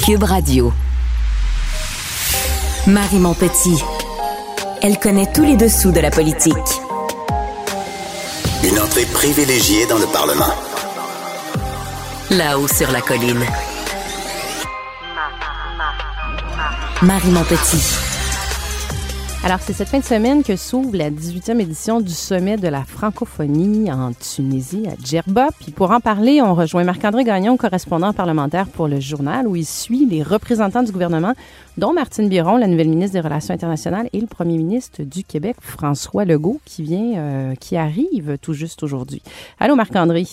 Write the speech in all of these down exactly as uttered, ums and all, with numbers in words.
Cube Radio. Marie Montpetit. Elle connaît tous les dessous de la politique. Une entrée privilégiée dans le Parlement. Là-haut sur la colline. Marie Montpetit. Alors, c'est cette fin de semaine que s'ouvre la dix-huitième édition du Sommet de la francophonie en Tunisie, à Djerba. Puis pour en parler, on rejoint Marc-André Gagnon, correspondant parlementaire pour Le Journal, où il suit les représentants du gouvernement, dont Martine Biron, la nouvelle ministre des Relations internationales, et le premier ministre du Québec, François Legault, qui vient, euh, qui arrive tout juste aujourd'hui. Allô, Marc-André.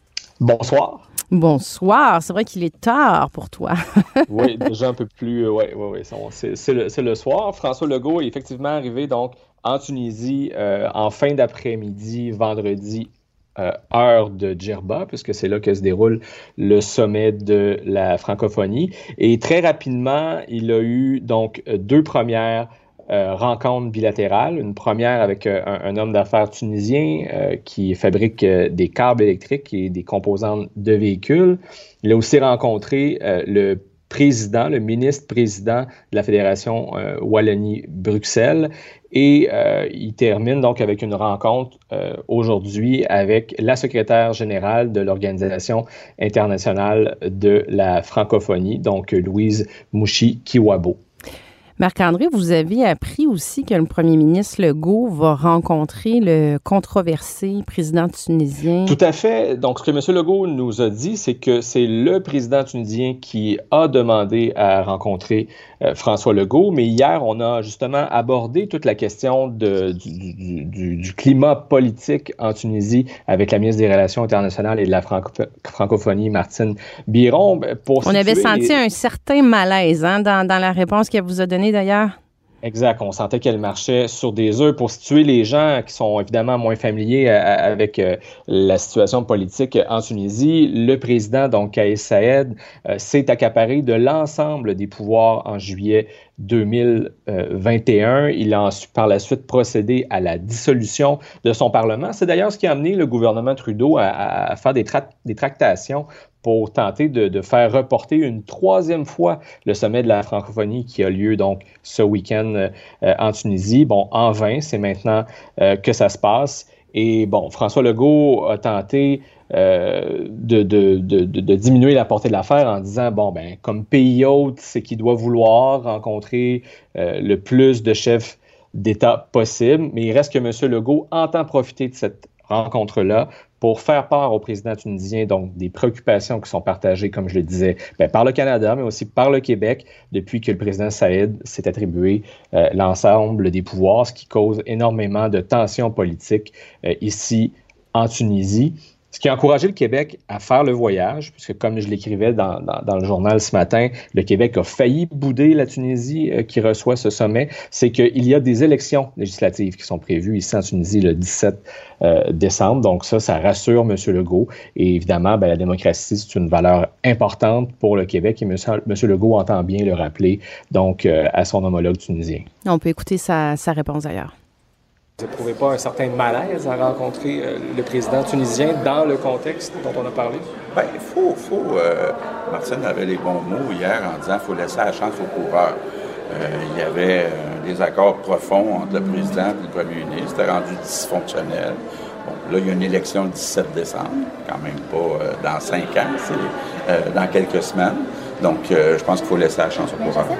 Bonsoir. Bonsoir. C'est vrai qu'il est tard pour toi. Oui, déjà un peu plus. Oui, oui, oui. C'est, c'est, le, c'est le soir. François Legault est effectivement arrivé donc en Tunisie euh, en fin d'après-midi, vendredi, euh, heure de Djerba, puisque c'est là que se déroule le sommet de la francophonie. Et très rapidement, il a eu donc deux premières Euh, rencontre bilatérale, une première avec euh, un, un homme d'affaires tunisien euh, qui fabrique euh, des câbles électriques et des composantes de véhicules. Il a aussi rencontré euh, le président, le ministre-président de la Fédération euh, Wallonie-Bruxelles et euh, il termine donc avec une rencontre euh, aujourd'hui avec la secrétaire générale de l'Organisation internationale de la francophonie, donc Louise Mouchi-Kiwabo. Marc-André, vous avez appris aussi que le premier ministre Legault va rencontrer le controversé président tunisien. Tout à fait. Donc, ce que M. Legault nous a dit, c'est que c'est le président tunisien qui a demandé à rencontrer euh, François Legault. Mais hier, on a justement abordé toute la question de, du, du, du, du climat politique en Tunisie avec la ministre des Relations internationales et de la franco- francophonie, Martine Biron. Pour on avait senti les... un certain malaise hein, dans, dans la réponse qu'elle vous a donnée d'ailleurs. Exact. On sentait qu'elle marchait sur des œufs. Pour situer les gens qui sont évidemment moins familiers avec euh, la situation politique en Tunisie, le président, donc Kais Saied, euh, s'est accaparé de l'ensemble des pouvoirs en juillet deux mille vingt et un. Il a ensuite, par la suite procédé à la dissolution de son Parlement. C'est d'ailleurs ce qui a amené le gouvernement Trudeau à, à faire des, tra- des tractations pour tenter de, de faire reporter une troisième fois le sommet de la francophonie qui a lieu donc ce week-end euh, en Tunisie. Bon, en vain, c'est maintenant euh, que ça se passe. Et bon, François Legault a tenté euh, de, de, de, de diminuer la portée de l'affaire en disant, bon, ben comme pays hôte, c'est qu'il doit vouloir rencontrer euh, le plus de chefs d'État possible. Mais il reste que M. Legault entend profiter de cette rencontre-là pour faire part au président tunisien donc des préoccupations qui sont partagées, comme je le disais, bien, par le Canada, mais aussi par le Québec, depuis que le président Saïed s'est attribué euh, l'ensemble des pouvoirs, ce qui cause énormément de tensions politiques euh, ici en Tunisie. Ce qui a encouragé le Québec à faire le voyage, puisque comme je l'écrivais dans, dans, dans le journal ce matin, le Québec a failli bouder la Tunisie euh, qui reçoit ce sommet, c'est qu'il y a des élections législatives qui sont prévues ici en Tunisie le dix-sept euh, décembre. Donc ça, ça rassure M. Legault. Et évidemment, ben, la démocratie, c'est une valeur importante pour le Québec et M. M. Legault entend bien le rappeler donc euh, à son homologue tunisien. On peut écouter sa, sa réponse d'ailleurs. Vous n'éprouvez pas un certain malaise à rencontrer euh, le président tunisien dans le contexte dont on a parlé? Bien, il faut... faut euh, Martine avait les bons mots hier en disant qu'il faut laisser la chance aux coureurs. Euh, il y avait un désaccord profond entre le président et le premier ministre. C'était rendu dysfonctionnel. Bon, là, il y a une élection le dix-sept décembre, quand même pas euh, dans cinq ans, c'est euh, dans quelques semaines. Donc, euh, je pense qu'il faut laisser la chance aux coureurs.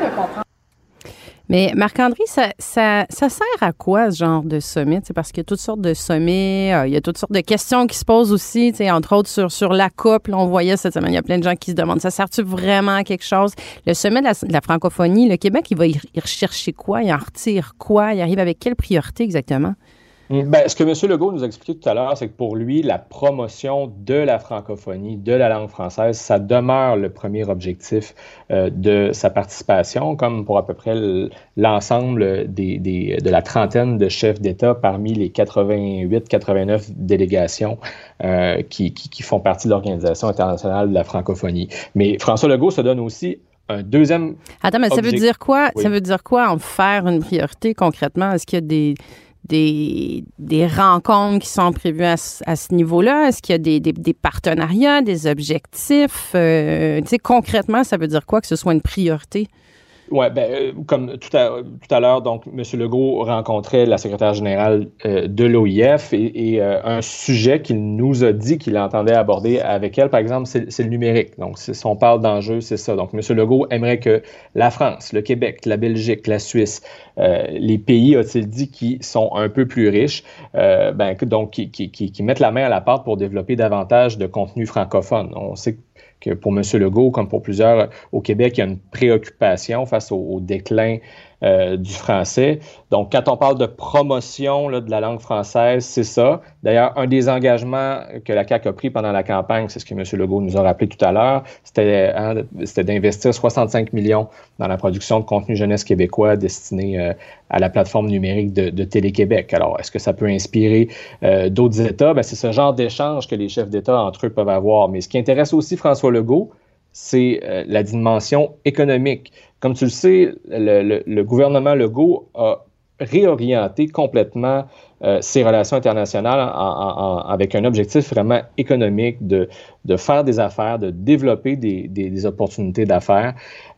Mais Marc-André, ça, ça, ça sert à quoi ce genre de sommet? C'est parce qu'il y a toutes sortes de sommets, euh, il y a toutes sortes de questions qui se posent aussi, entre autres sur, sur la COP. Là, on voyait cette semaine, il y a plein de gens qui se demandent, ça sert-tu vraiment à quelque chose? Le sommet de la, de la francophonie, le Québec, il va y, y rechercher quoi? Il en retire quoi? Il arrive avec quelle priorité exactement? Bien, ce que M. Legault nous a expliqué tout à l'heure, c'est que pour lui, la promotion de la francophonie, de la langue française, ça demeure le premier objectif euh, de sa participation, comme pour à peu près l'ensemble des, des, de la trentaine de chefs d'État parmi les quatre-vingt-huit quatre-vingt-neuf délégations euh, qui, qui, qui font partie de l'Organisation internationale de la francophonie. Mais François Legault se donne aussi un deuxième Attends, mais ça objectif. veut dire quoi? Oui. Ça veut dire quoi en faire une priorité concrètement? Est-ce qu'il y a des... des, des rencontres qui sont prévues à, à ce niveau-là? Est-ce qu'il y a des, des, des partenariats, des objectifs? Euh, tu sais, concrètement, ça veut dire quoi que ce soit une priorité? Oui, ben, euh, comme tout à, tout à l'heure, donc, M. Legault rencontrait la secrétaire générale euh, de l'O I F et, et euh, un sujet qu'il nous a dit qu'il entendait aborder avec elle, par exemple, c'est, c'est le numérique. Donc, si on parle d'enjeux, c'est ça. Donc, M. Legault aimerait que la France, le Québec, la Belgique, la Suisse, euh, les pays, a-t-il dit, qui sont un peu plus riches, euh, ben, donc, qui, qui, qui, qui mettent la main à la pâte pour développer davantage de contenu francophone. On sait que que pour M. Legault, comme pour plusieurs au Québec, il y a une préoccupation face au, au déclin euh, du français. Donc, quand on parle de promotion là, de la langue française, c'est ça. D'ailleurs, un des engagements que la C A Q a pris pendant la campagne, c'est ce que M. Legault nous a rappelé tout à l'heure, c'était, hein, c'était d'investir soixante-cinq millions dans la production de contenu jeunesse québécois destiné euh, à la plateforme numérique de, de Télé-Québec. Alors, est-ce que ça peut inspirer euh, d'autres États? Bien, c'est ce genre d'échange que les chefs d'État entre eux peuvent avoir. Mais ce qui intéresse aussi François Legault, c'est euh, la dimension économique. Comme tu le sais, le, le, le gouvernement Legault a réorienté complètement euh, ses relations internationales en, en, en, avec un objectif vraiment économique de, de faire des affaires, de développer des, des, des opportunités d'affaires.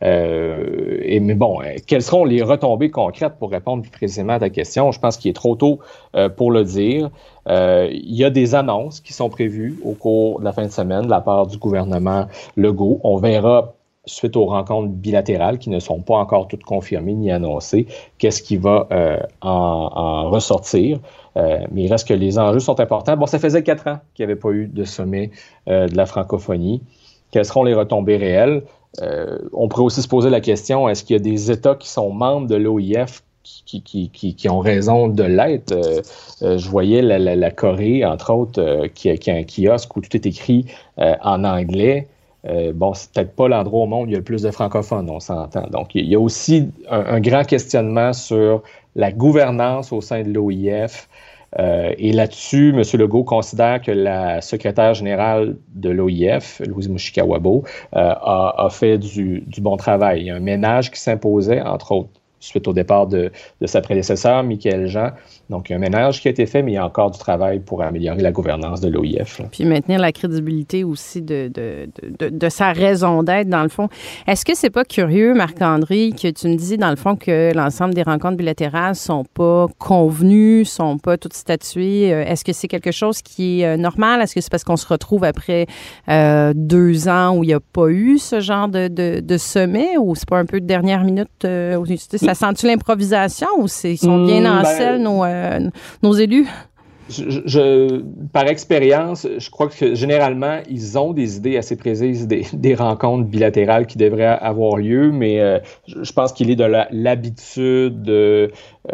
Euh, et, mais bon, euh, quelles seront les retombées concrètes pour répondre plus précisément à ta question? Je pense qu'il est trop tôt euh, pour le dire. Euh, il y a des annonces qui sont prévues au cours de la fin de semaine de la part du gouvernement Legault. On verra suite aux rencontres bilatérales qui ne sont pas encore toutes confirmées ni annoncées, qu'est-ce qui va euh, en, en ressortir. Euh, mais il reste que les enjeux sont importants. Bon, ça faisait quatre ans qu'il n'y avait pas eu de sommet euh, de la francophonie. Quelles seront les retombées réelles? Euh, on pourrait aussi se poser la question, est-ce qu'il y a des États qui sont membres de l'O I F qui, qui, qui, qui ont raison de l'être? Euh, euh, je voyais la, la, la Corée, entre autres, euh, qui, qui a un kiosque où tout est écrit euh, en anglais. Euh, bon, c'est peut-être pas l'endroit au monde où il y a le plus de francophones, on s'entend. Donc, il y a aussi un, un grand questionnement sur la gouvernance au sein de l'O I F. Euh, et là-dessus, M. Legault considère que la secrétaire générale de l'O I F, Louise Mushikawabo, euh, a, a fait du, du bon travail. Il y a un ménage qui s'imposait, entre autres, suite au départ de, de sa prédécesseur, Michaël Jean. Donc, il y a un ménage qui a été fait, mais il y a encore du travail pour améliorer la gouvernance de l'O I F. Là. Puis maintenir la crédibilité aussi de, de, de, de sa raison d'être, dans le fond. Est-ce que c'est pas curieux, Marc-André, que tu me dis, dans le fond, que l'ensemble des rencontres bilatérales sont pas convenues, sont pas toutes statuées? Est-ce que c'est quelque chose qui est normal? Est-ce que c'est parce qu'on se retrouve après euh, deux ans où il n'y a pas eu ce genre de, de, de sommet? Ou c'est pas un peu de dernière minute? Euh, où, ça sent-tu l'improvisation ou c'est, ils sont bien en mmh, ben, selle, nos... Euh, nos élus? Je, je, par expérience, je crois que généralement, ils ont des idées assez précises des, des rencontres bilatérales qui devraient avoir lieu, mais euh, je pense qu'il est de la, l'habitude euh,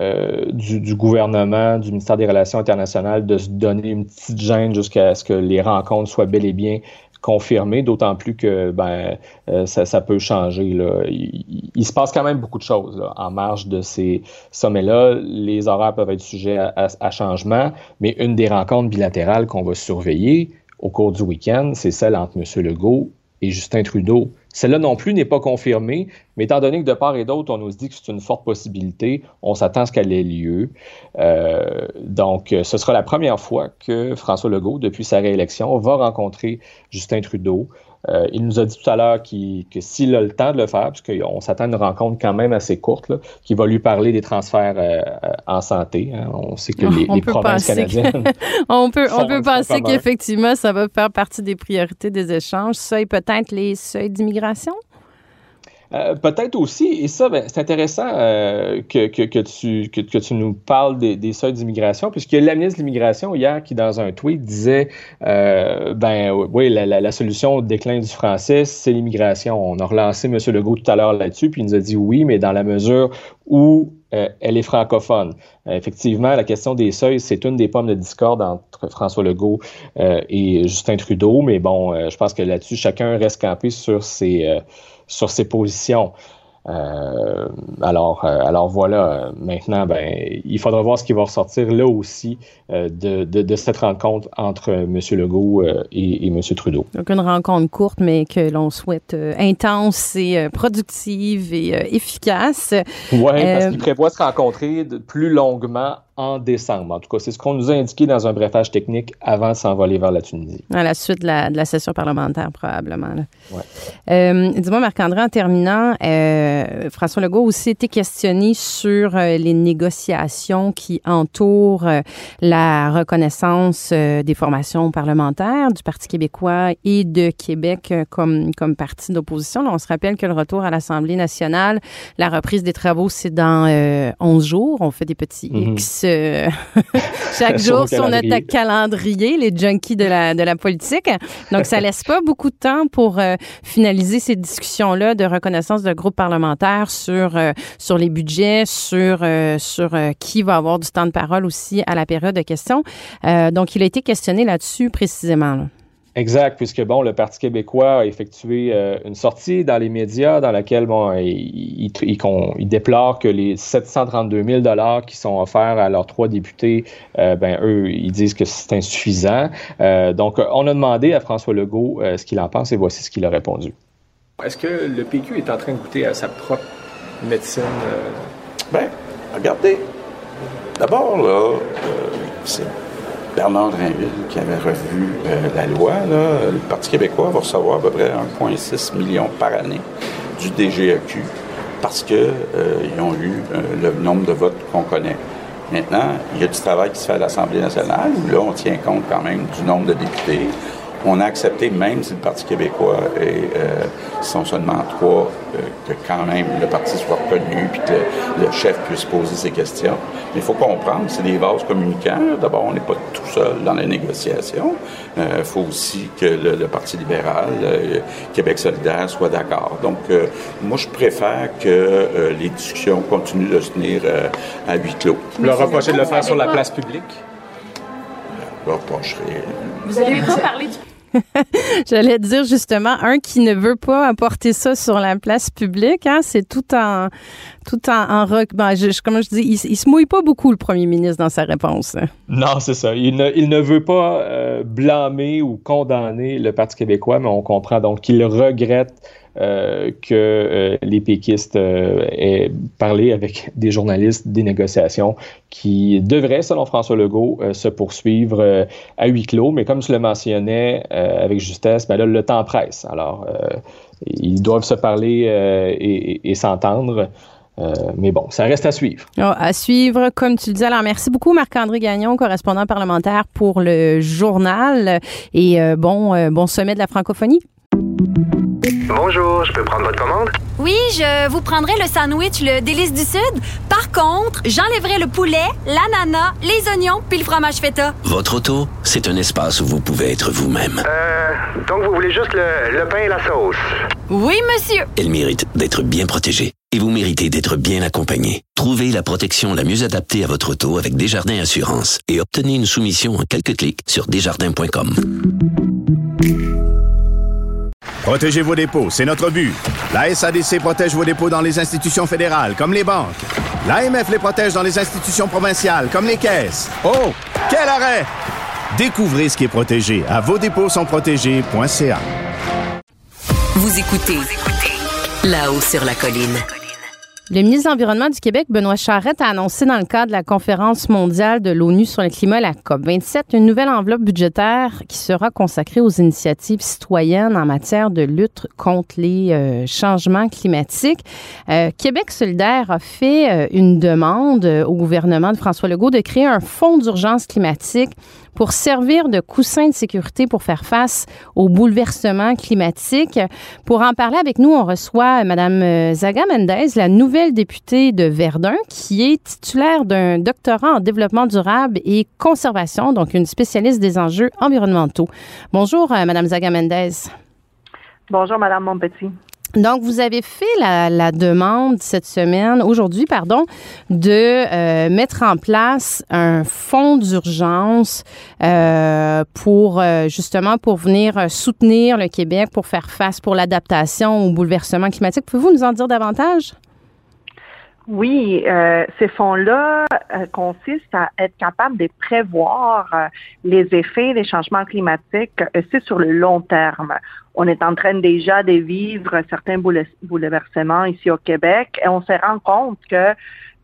du, du gouvernement, du ministère des Relations internationales de se donner une petite gêne jusqu'à ce que les rencontres soient bel et bien confirmé, d'autant plus que ben euh, ça, ça peut changer. Là. Il, il, il se passe quand même beaucoup de choses là, en marge de ces sommets-là. Les horaires peuvent être sujets à, à, à changement, mais une des rencontres bilatérales qu'on va surveiller au cours du week-end, c'est celle entre M. Legault et Justin Trudeau. Celle-là non plus n'est pas confirmée, mais étant donné que de part et d'autre, on nous dit que c'est une forte possibilité, on s'attend à ce qu'elle ait lieu. Euh, donc, ce sera la première fois que François Legault, depuis sa réélection, va rencontrer Justin Trudeau. Euh, il nous a dit tout à l'heure qu'il, que s'il a le temps de le faire, puisqu'on s'attend à une rencontre quand même assez courte, là, qu'il va lui parler des transferts euh, en santé. Hein. On sait que les, les provinces canadiennes... Que... on peut, on peut penser qu'effectivement, ça va faire partie des priorités des échanges. Ça et peut-être les seuils d'immigration? Euh, peut-être aussi, et ça, ben, c'est intéressant euh, que, que, que, tu, que, que tu nous parles des, des seuils d'immigration, puisqu'il y a la ministre de l'Immigration hier qui, dans un tweet, disait euh, ben oui, la, la, la solution au déclin du français, c'est l'immigration. On a relancé M. Legault tout à l'heure là-dessus, puis il nous a dit oui, mais dans la mesure où euh, elle est francophone. Euh, effectivement, la question des seuils, c'est une des pommes de discorde entre François Legault euh, et Justin Trudeau, mais bon, euh, je pense que là-dessus, chacun reste campé sur ses... Euh, sur ses positions. Euh, alors, euh, alors voilà, maintenant, ben, il faudra voir ce qui va ressortir là aussi euh, de, de, de cette rencontre entre M. Legault euh, et, et M. Trudeau. Donc, une rencontre courte, mais que l'on souhaite euh, intense et euh, productive et euh, efficace. Oui, euh, parce qu'ils prévoient se rencontrer de, plus longuement en décembre. En tout cas, c'est ce qu'on nous a indiqué dans un brefage technique avant de s'envoler vers la Tunisie. À la suite de la, de la session parlementaire, probablement. Là. Ouais. Euh, dis-moi, Marc-André, en terminant, euh, François Legault a aussi été questionné sur euh, les négociations qui entourent euh, la reconnaissance euh, des formations parlementaires du Parti québécois et de Québec euh, comme, comme parti d'opposition. Là, on se rappelle que le retour à l'Assemblée nationale, la reprise des travaux, c'est dans euh, onze jours. On fait des petits mm-hmm. X euh, chaque jour sur, sur notre calendrier, les junkies de la, de la politique. Donc, ça laisse pas beaucoup de temps pour euh, finaliser ces discussions-là de reconnaissance de groupes parlementaires sur, euh, sur les budgets, sur, euh, sur euh, qui va avoir du temps de parole aussi à la période de questions. Euh, donc, il a été questionné là-dessus précisément, là. Exact, puisque bon, le Parti québécois a effectué euh, une sortie dans les médias dans laquelle bon, il, il, il, il déplore que les sept cent trente-deux mille dollars qui sont offerts à leurs trois députés, euh, ben eux, ils disent que c'est insuffisant. Euh, donc, on a demandé à François Legault euh, ce qu'il en pense et voici ce qu'il a répondu. Est-ce que le P Q est en train de goûter à sa propre médecine? Euh... Bien, regardez. D'abord, là, euh, c'est Bernard Drinville qui avait revu euh, la loi. Là, le Parti québécois va recevoir à peu près un virgule six million par année du D G E Q parce qu'ils euh, ont eu euh, le nombre de votes qu'on connaît. Maintenant, il y a du travail qui se fait à l'Assemblée nationale où là, on tient compte quand même du nombre de députés. On a accepté, même si le Parti québécois est, euh, sont seulement trois, euh, que quand même le parti soit reconnu puis que le, le chef puisse poser ses questions. Mais il faut comprendre, c'est des vases communicants. D'abord, on n'est pas tout seul dans les négociations. Il euh, faut aussi que le, le Parti libéral, euh, Québec solidaire, soit d'accord. Donc, euh, moi, je préfère que euh, les discussions continuent de se tenir euh, à huis clos. Vous leur reprochez de le faire sur la place publique? Je reprocherai. Vous n'avez pas parlé du... J'allais dire justement, un qui ne veut pas apporter ça sur la place publique, hein, c'est tout en tout en, en roc. Ben, je, je, comme je dis, il, il se mouille pas beaucoup, le premier ministre, dans sa réponse. Non, c'est ça. Il ne, il ne veut pas euh, blâmer ou condamner le Parti québécois, mais on comprend donc qu'il regrette Euh, que euh, les péquistes euh, aient parlé avec des journalistes des négociations qui devraient, selon François Legault, euh, se poursuivre euh, à huis clos. Mais comme tu le mentionnais euh, avec justesse, ben là, le temps presse. Alors, euh, ils doivent se parler euh, et, et, et s'entendre. Euh, mais bon, ça reste à suivre. Oh, à suivre, comme tu le dis. Alors, merci beaucoup, Marc-André Gagnon, correspondant parlementaire pour le journal. Et euh, bon, euh, bon sommet de la francophonie. Bonjour, je peux prendre votre commande? Oui, je vous prendrai le sandwich, le délice du Sud. Par contre, j'enlèverai le poulet, l'ananas, les oignons puis le fromage feta. Votre auto, c'est un espace où vous pouvez être vous-même. Euh, donc vous voulez juste le, le pain et la sauce? Oui, monsieur. Elle mérite d'être bien protégée. Et vous méritez d'être bien accompagné. Trouvez la protection la mieux adaptée à votre auto avec Desjardins Assurance et obtenez une soumission en quelques clics sur desjardins point com. Protégez vos dépôts, c'est notre but. La S A D C protège vos dépôts dans les institutions fédérales, comme les banques. L'A M F les protège dans les institutions provinciales, comme les caisses. Oh, quel arrêt! Découvrez ce qui est protégé à vos dépôts sont protégés point c a. Vous écoutez Là-haut sur la colline. Le ministre de l'Environnement du Québec, Benoît Charette, a annoncé dans le cadre de la conférence mondiale de l'ONU sur le climat, la C O P vingt-sept, une nouvelle enveloppe budgétaire qui sera consacrée aux initiatives citoyennes en matière de lutte contre les euh, changements climatiques. Euh, Québec solidaire a fait euh, une demande au gouvernement de François Legault de créer un fonds d'urgence climatique pour servir de coussin de sécurité pour faire face aux bouleversements climatiques. Pour en parler avec nous, on reçoit Mme Zaga Mendez, la nouvelle députée de Verdun, qui est titulaire d'un doctorat en développement durable et conservation, donc une spécialiste des enjeux environnementaux. Bonjour, Mme Zaga Mendez. Bonjour, Mme Montpetit. Donc, vous avez fait la, la demande cette semaine, aujourd'hui, pardon, de euh, mettre en place un fonds d'urgence euh, pour, euh, justement, pour venir soutenir le Québec pour faire face, pour l'adaptation au bouleversement climatique. Pouvez-vous nous en dire davantage? Oui, euh, ces fonds-là euh, consistent à être capable de prévoir euh, les effets des changements climatiques aussi sur le long terme. On est en train déjà de vivre certains boule- bouleversements ici au Québec et on se rend compte que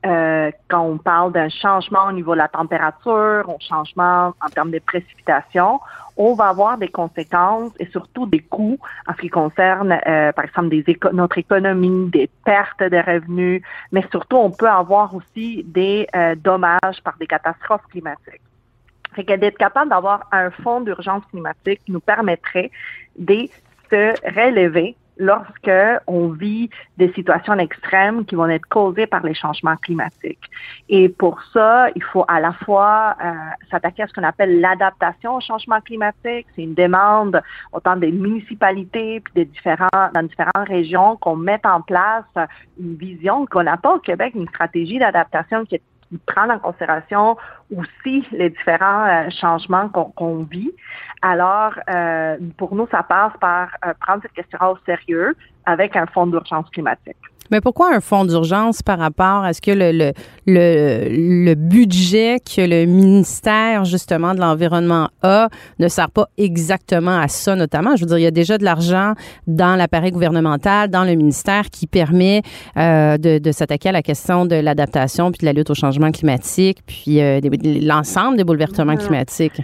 euh, quand on parle d'un changement au niveau de la température, un changement en termes de précipitations, on va avoir des conséquences et surtout des coûts en ce qui concerne, euh, par exemple, des éco- notre économie, des pertes de revenus, mais surtout, on peut avoir aussi des euh, dommages par des catastrophes climatiques. Fait que d'être capable d'avoir un fonds d'urgence climatique nous permettrait de se relever lorsque on vit des situations extrêmes qui vont être causées par les changements climatiques. Et pour ça, il faut à la fois euh, s'attaquer à ce qu'on appelle l'adaptation au changement climatique. C'est une demande autant des municipalités puis des différents dans différentes régions qu'on mette en place une vision qu'on n'a pas au Québec, une stratégie d'adaptation qui est qui prend en considération aussi les différents euh, changements qu'on, qu'on vit. Alors, euh, pour nous, ça passe par euh, prendre cette question au sérieux avec un fonds d'urgence climatique. Mais pourquoi un fonds d'urgence par rapport à ce que le, le, le, le budget que le ministère, justement, de l'Environnement a ne sert pas exactement à ça, notamment? Je veux dire, il y a déjà de l'argent dans l'appareil gouvernemental, dans le ministère, qui permet euh, de, de s'attaquer à la question de l'adaptation puis de la lutte au changement climatique, puis euh, des, l'ensemble des bouleversements mmh. climatiques.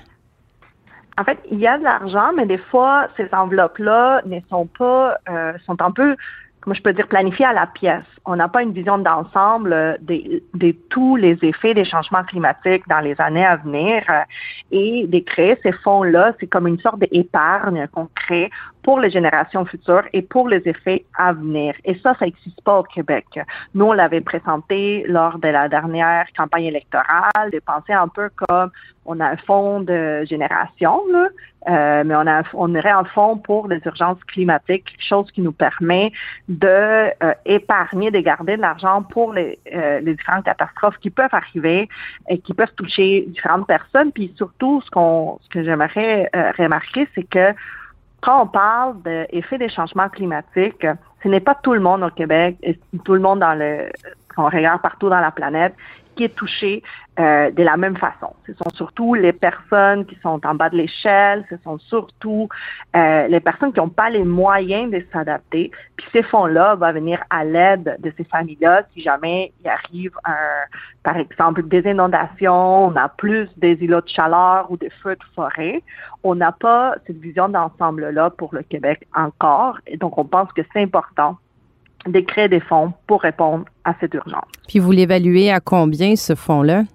En fait, il y a de l'argent, mais des fois, ces enveloppes-là ne sont pas, euh, sont un peu, comment je peux dire, planifiées à la pièce. On n'a pas une vision d'ensemble de, de tous les effets des changements climatiques dans les années à venir. Et de créer ces fonds-là, c'est comme une sorte d'épargne qu'on crée pour les générations futures et pour les effets à venir. Et ça, ça n'existe pas au Québec. Nous, on l'avait présenté lors de la dernière campagne électorale, de penser un peu comme on a un fonds de génération, là, euh, mais on a on aurait un fonds pour les urgences climatiques, quelque chose qui nous permet de euh, épargner, de garder de l'argent pour les, euh, les différentes catastrophes qui peuvent arriver et qui peuvent toucher différentes personnes. Puis surtout, ce qu'on ce que j'aimerais euh, remarquer, c'est que quand on parle d'effet des changements climatiques, ce n'est pas tout le monde au Québec, et tout le monde dans le, qu'on regarde partout dans la planète, qui est touché euh, de la même façon. Ce sont surtout les personnes qui sont en bas de l'échelle, ce sont surtout euh, les personnes qui n'ont pas les moyens de s'adapter. Puis ces fonds-là vont venir à l'aide de ces familles-là si jamais il arrive, un, par exemple, des inondations, on a plus des îlots de chaleur ou des feux de forêt. On n'a pas cette vision d'ensemble-là pour le Québec encore. Et donc, on pense que c'est important de créer des fonds pour répondre à cette urgence. Puis vous l'évaluez à combien, ce fonds-là?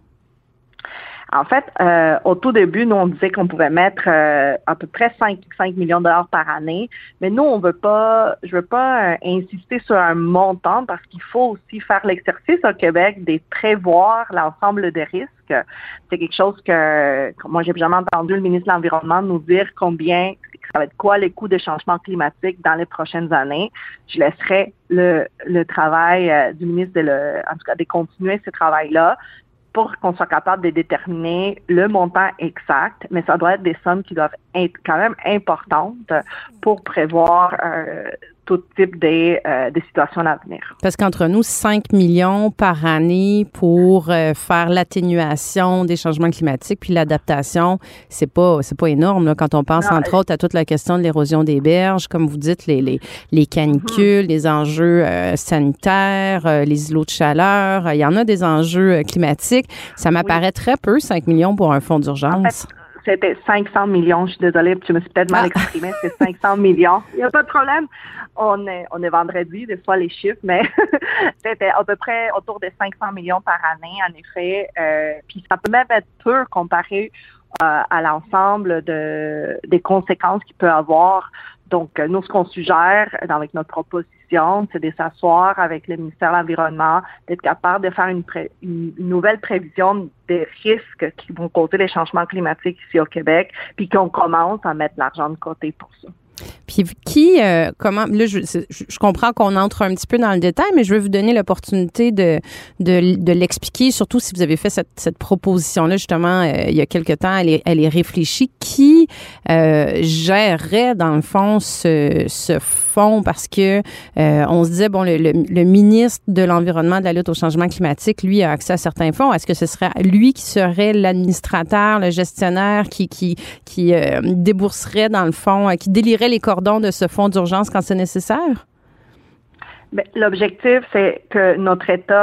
En fait, euh, au tout début, nous, on disait qu'on pouvait mettre euh, à peu près cinq millions de dollars par année. Mais nous, on veut pas, je veux pas euh, insister sur un montant parce qu'il faut aussi faire l'exercice au Québec de prévoir l'ensemble des risques. C'est quelque chose que, moi, j'ai jamais entendu le ministre de l'Environnement nous dire combien, ça va être quoi les coûts des changements climatiques dans les prochaines années. Je laisserai le, le travail euh, du ministre de le, en tout cas, de continuer ce travail-là pour qu'on soit capable de déterminer le montant exact, mais ça doit être des sommes qui doivent être quand même importantes pour prévoir euh, tout type de, euh, de situations à venir. Parce qu'entre nous, cinq millions par année pour euh, faire l'atténuation des changements climatiques puis l'adaptation, c'est pas c'est pas énorme là, quand on pense, non, entre euh, autres, à toute la question de l'érosion des berges, comme vous dites, les, les, les canicules, mm-hmm. les enjeux euh, sanitaires, euh, les îlots de chaleur. Il y en a des enjeux euh, climatiques. Ça m'apparaît oui. très peu, cinq millions pour un fonds d'urgence. En fait, c'était cinq cents millions. Je suis désolée, je me suis peut-être mal ah. exprimée. C'est cinq cents millions. Il n'y a pas de problème. On est, on est vendredi, des fois les chiffres, mais c'était à peu près autour de cinq cents millions par année, en effet. Euh, puis ça peut même être peu comparé euh, à l'ensemble de, des conséquences qu'il peut avoir. Donc, nous, ce qu'on suggère avec notre proposition, c'est de s'asseoir avec le ministère de l'Environnement, d'être capable de faire une, pré- une nouvelle prévision des risques qui vont causer les changements climatiques ici au Québec, puis qu'on commence à mettre l'argent de côté pour ça. Puis qui, euh, comment, là, je, je comprends qu'on entre un petit peu dans le détail, mais je veux vous donner l'opportunité de, de, de l'expliquer, surtout si vous avez fait cette, cette proposition-là, justement, euh, il y a quelque temps, elle est, elle est réfléchie. Qui euh, gérerait, dans le fond, ce, ce fonds? Parce que euh, on se disait, bon, le, le, le ministre de l'Environnement, de la lutte au changement climatique, lui, a accès à certains fonds. Est-ce que ce serait lui qui serait l'administrateur, le gestionnaire, qui, qui, qui euh, débourserait, dans le fond, euh, qui délierait les cordons de ce fonds d'urgence quand c'est nécessaire? Bien, l'objectif, c'est que notre État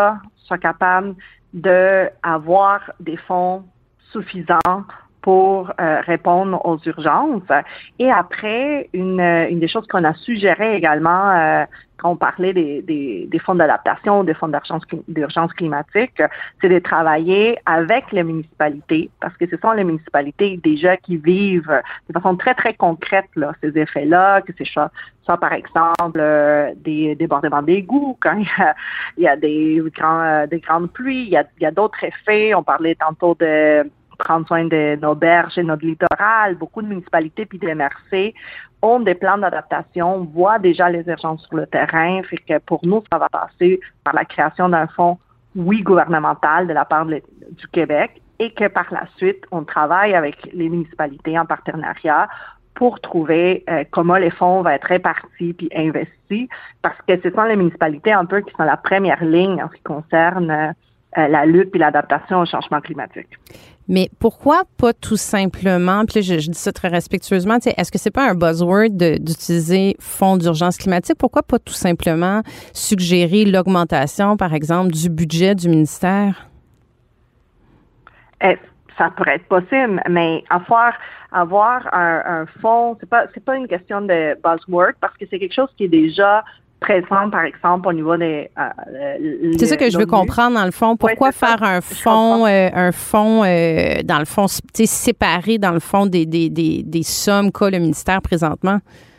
soit capable d'avoir des fonds suffisants pour euh, répondre aux urgences. Et après, une, une des choses qu'on a suggéré également euh, quand on parlait des, des, des fonds d'adaptation, des fonds d'urgence, d'urgence climatique, c'est de travailler avec les municipalités, parce que ce sont les municipalités déjà qui vivent de façon très, très concrète là, ces effets-là, que c'est soit, soit par exemple euh, des débordements d'égouts, quand il y a, il y a des, grands, des grandes pluies, il y a, il y a d'autres effets. On parlait tantôt de prendre soin de nos berges et notre littoral. Beaucoup de municipalités puis des M R C ont des plans d'adaptation, voient déjà les urgences sur le terrain. Fait que pour nous, ça va passer par la création d'un fonds, oui, gouvernemental de la part de, du Québec, et que par la suite, on travaille avec les municipalités en partenariat pour trouver euh, comment les fonds vont être répartis puis investis, parce que ce sont les municipalités un peu qui sont la première ligne en ce qui concerne euh, la lutte puis l'adaptation au changement climatique. Mais pourquoi pas tout simplement, puis là, je, je dis ça très respectueusement, est-ce que c'est pas un buzzword de, d'utiliser fonds d'urgence climatique? Pourquoi pas tout simplement suggérer l'augmentation, par exemple, du budget du ministère? Eh, ça pourrait être possible, mais avoir, avoir un, un fonds, c'est pas, c'est pas une question de buzzword, parce que c'est quelque chose qui est déjà présent, par exemple, au niveau des... Euh, c'est ça que je veux comprendre, dans le fond. Pourquoi ouais, faire ça. un fonds, euh, un fonds euh, dans le fond, séparé, dans le fond, des, des, des, des sommes qu'a le ministère présentement?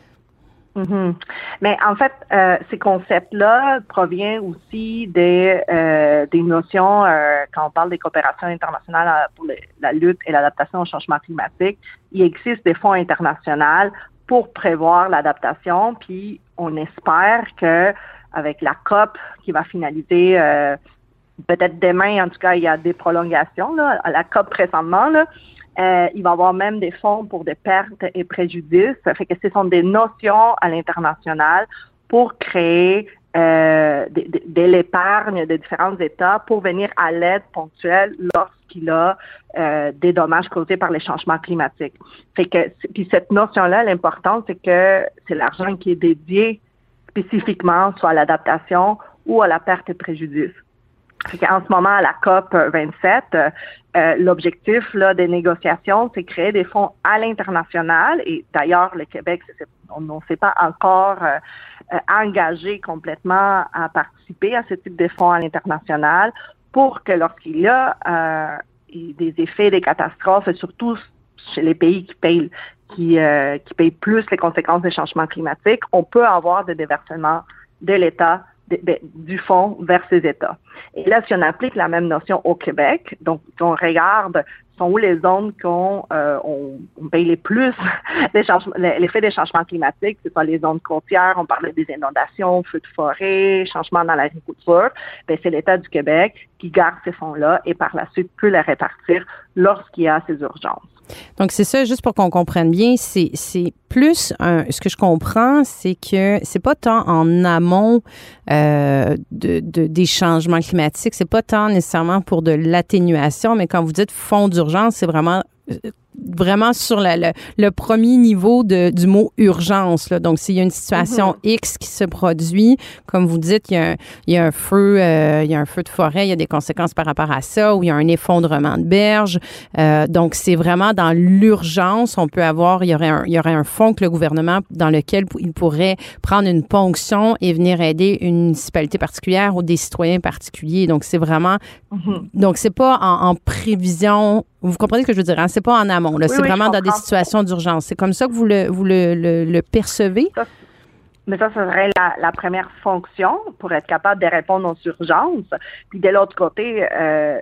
Mm-hmm. Mais en fait, euh, ces concepts-là proviennent aussi des, euh, des notions, euh, quand on parle des coopérations internationales pour les, la lutte et l'adaptation au changement climatique, il existe des fonds internationaux pour prévoir l'adaptation, puis on espère que avec la C O P qui va finaliser euh, peut-être demain, en tout cas, il y a des prolongations là, à la C O P présentement, là, euh, il va y avoir même des fonds pour des pertes et préjudices. Ça fait que ce sont des notions à l'international pour créer euh, de, de, de l'épargne de différents États pour venir à l'aide ponctuelle lorsqu'il y a euh, des dommages causés par les changements climatiques. Fait que, puis cette notion-là, l'important, c'est que c'est l'argent qui est dédié spécifiquement soit à l'adaptation ou à la perte et préjudice. Fait qu'en ce moment, à la C O P vingt-sept, euh, l'objectif là, des négociations, c'est créer des fonds à l'international. Et d'ailleurs, le Québec, c'est, on ne s'est pas encore euh, euh, engagé complètement à participer à ce type de fonds à l'international pour que lorsqu'il y a euh, des effets, des catastrophes, et surtout chez les pays qui payent, qui, euh, qui payent plus les conséquences des changements climatiques, on peut avoir des déversements de l'État De, de, du fonds vers ces États. Et là, si on applique la même notion au Québec, donc on regarde sont où les zones qu'on euh, on, on paye les plus les changements, l'effet des changements climatiques, c'est pas les zones côtières, on parlait des inondations, feux de forêt, changements dans l'agriculture, ben c'est l'État du Québec qui garde ces fonds-là et par la suite peut les répartir lorsqu'il y a ces urgences. Donc, c'est ça, juste pour qu'on comprenne bien, c'est, c'est plus, un, ce que je comprends, c'est que c'est pas tant en amont euh, de, de, des changements climatiques, c'est pas tant nécessairement pour de l'atténuation, mais quand vous dites fonds d'urgence, c'est vraiment... vraiment sur la, le, le premier niveau de, du mot urgence. Là. Donc, s'il y a une situation mm-hmm. X qui se produit, comme vous dites, il y a un, il y a un feu, euh, il y a un feu de forêt, il y a des conséquences par rapport à ça, ou il y a un effondrement de berge. Euh, donc, c'est vraiment dans l'urgence. On peut avoir, il y aurait un, il y aurait un fonds que le gouvernement, dans lequel il pourrait prendre une ponction et venir aider une municipalité particulière ou des citoyens particuliers. Donc, c'est vraiment, mm-hmm. donc c'est pas en, en prévision. Vous comprenez ce que je veux dire, hein? C'est pas en amont, là. Oui, c'est oui, vraiment dans des situations d'urgence. C'est comme ça que vous le, vous le, le, le percevez? Ça, mais ça, ce serait la, la première fonction pour être capable de répondre aux urgences. Puis de l'autre côté, euh,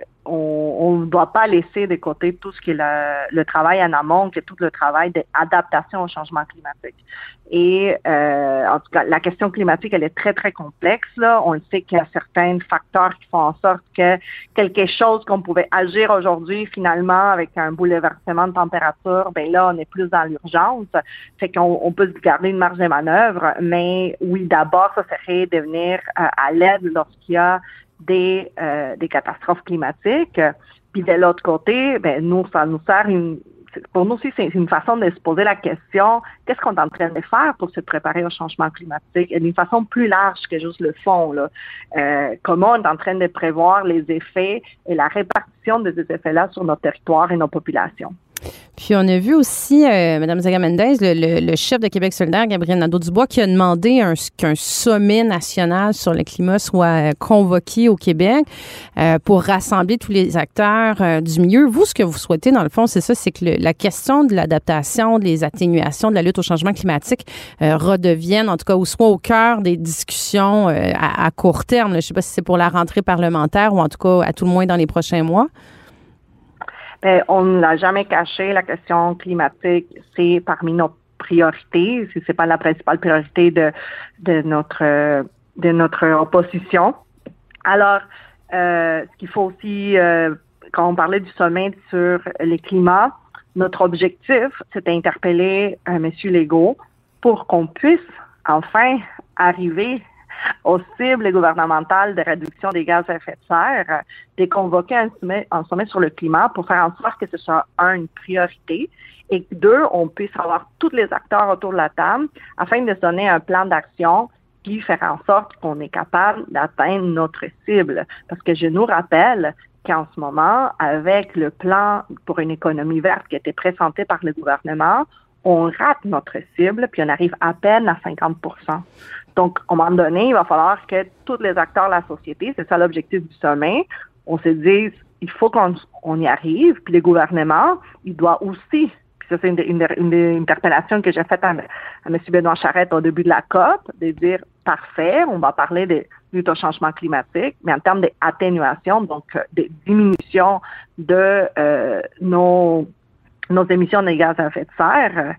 on ne doit pas laisser de côté tout ce qui est le, le travail en amont, qui est tout le travail d'adaptation au changement climatique. Et euh, en tout cas, la question climatique, elle est très, très complexe. Là. On le sait qu'il y a certains facteurs qui font en sorte que quelque chose qu'on pouvait agir aujourd'hui, finalement, avec un bouleversement de température, ben là, on est plus dans l'urgence. Fait qu'on on peut se garder une marge de manœuvre. Mais oui, d'abord, ça serait de venir euh, à l'aide lorsqu'il y a des, euh, des catastrophes climatiques. Puis de l'autre côté, ben nous, ça nous sert une pour nous aussi, c'est une façon de se poser la question, qu'est-ce qu'on est en train de faire pour se préparer au changement climatique? Et d'une façon plus large que juste le fond, là. Euh, comment on est en train de prévoir les effets et la répartition de ces effets-là sur nos territoires et nos populations. Puis, on a vu aussi, euh, Mme Zaga-Mendez, le, le, le chef de Québec solidaire, Gabriel Nadeau-Dubois, qui a demandé un, qu'un sommet national sur le climat soit convoqué au Québec euh, pour rassembler tous les acteurs euh, du milieu. Vous, ce que vous souhaitez, dans le fond, c'est ça, c'est que le, la question de l'adaptation, des atténuations, de la lutte au changement climatique euh, redevienne, en tout cas, ou soit au cœur des discussions euh, à, à court terme. Là. Je ne sais pas si c'est pour la rentrée parlementaire ou en tout cas, à tout le moins dans les prochains mois. Bien, on ne l'a jamais caché, la question climatique, c'est parmi nos priorités, si c'est pas la principale priorité de, de notre de notre opposition. Alors, euh, ce qu'il faut aussi, euh, quand on parlait du sommet sur le climat, notre objectif, c'est d'interpeller euh, M. Legault pour qu'on puisse enfin arriver aux cibles gouvernementales de réduction des gaz à effet de serre, de convoquer un sommet, un sommet sur le climat pour faire en sorte que ce soit, un, une priorité, et que deux, on puisse avoir tous les acteurs autour de la table afin de se donner un plan d'action qui fait en sorte qu'on est capable d'atteindre notre cible. Parce que je nous rappelle qu'en ce moment, avec le plan pour une économie verte qui a été présenté par le gouvernement, on rate notre cible, puis on arrive à peine à cinquante pour cent. Donc, à un moment donné, il va falloir que tous les acteurs de la société, c'est ça l'objectif du sommet, on se dise, il faut qu'on on y arrive, puis le gouvernement, il doit aussi, puis ça c'est une, une, une interpellation que j'ai faite à, à M. Benoît Charette au début de la C O P, de dire, parfait, on va parler de lutte au changement climatique, mais en termes d'atténuation, donc de diminution de euh, nos, nos émissions de gaz à effet de serre,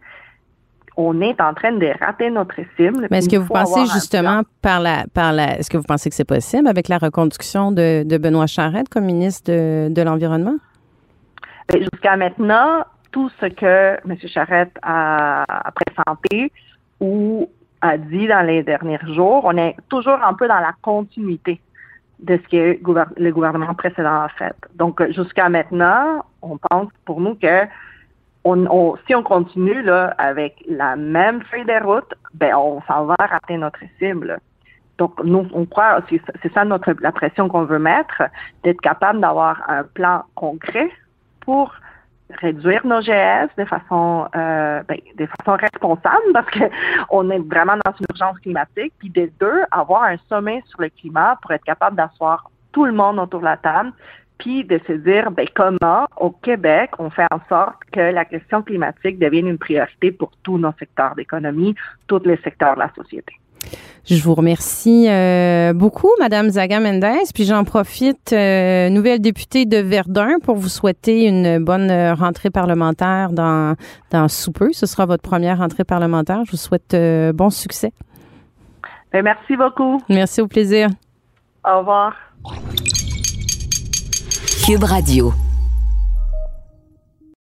on est en train de rater notre cible. Mais est-ce que vous pensez justement par la, par la, est-ce que vous pensez que c'est possible avec la reconduction de, de Benoît Charette comme ministre de, de l'Environnement? Bien, jusqu'à maintenant, tout ce que M. Charette a, a présenté ou a dit dans les derniers jours, on est toujours un peu dans la continuité de ce que le gouvernement précédent a fait. Donc, jusqu'à maintenant, on pense pour nous que On, on, si on continue là avec la même feuille de route, ben on s'en va rater notre cible. Donc nous, on croit, c'est, c'est ça notre la pression qu'on veut mettre, d'être capable d'avoir un plan concret pour réduire nos G S de façon, euh, ben, de façon responsable, parce que on est vraiment dans une urgence climatique. Puis de deux, avoir un sommet sur le climat pour être capable d'asseoir tout le monde autour de la table. Puis de se dire, ben comment, au Québec, on fait en sorte que la question climatique devienne une priorité pour tous nos secteurs d'économie, tous les secteurs de la société. Je vous remercie euh, beaucoup, Mme Zaga-Mendez. Puis j'en profite, euh, nouvelle députée de Verdun, pour vous souhaiter une bonne rentrée parlementaire dans, dans sous peu. Ce sera votre première rentrée parlementaire. Je vous souhaite euh, bon succès. Ben, merci beaucoup. Merci, au plaisir. Au revoir. Cube Radio.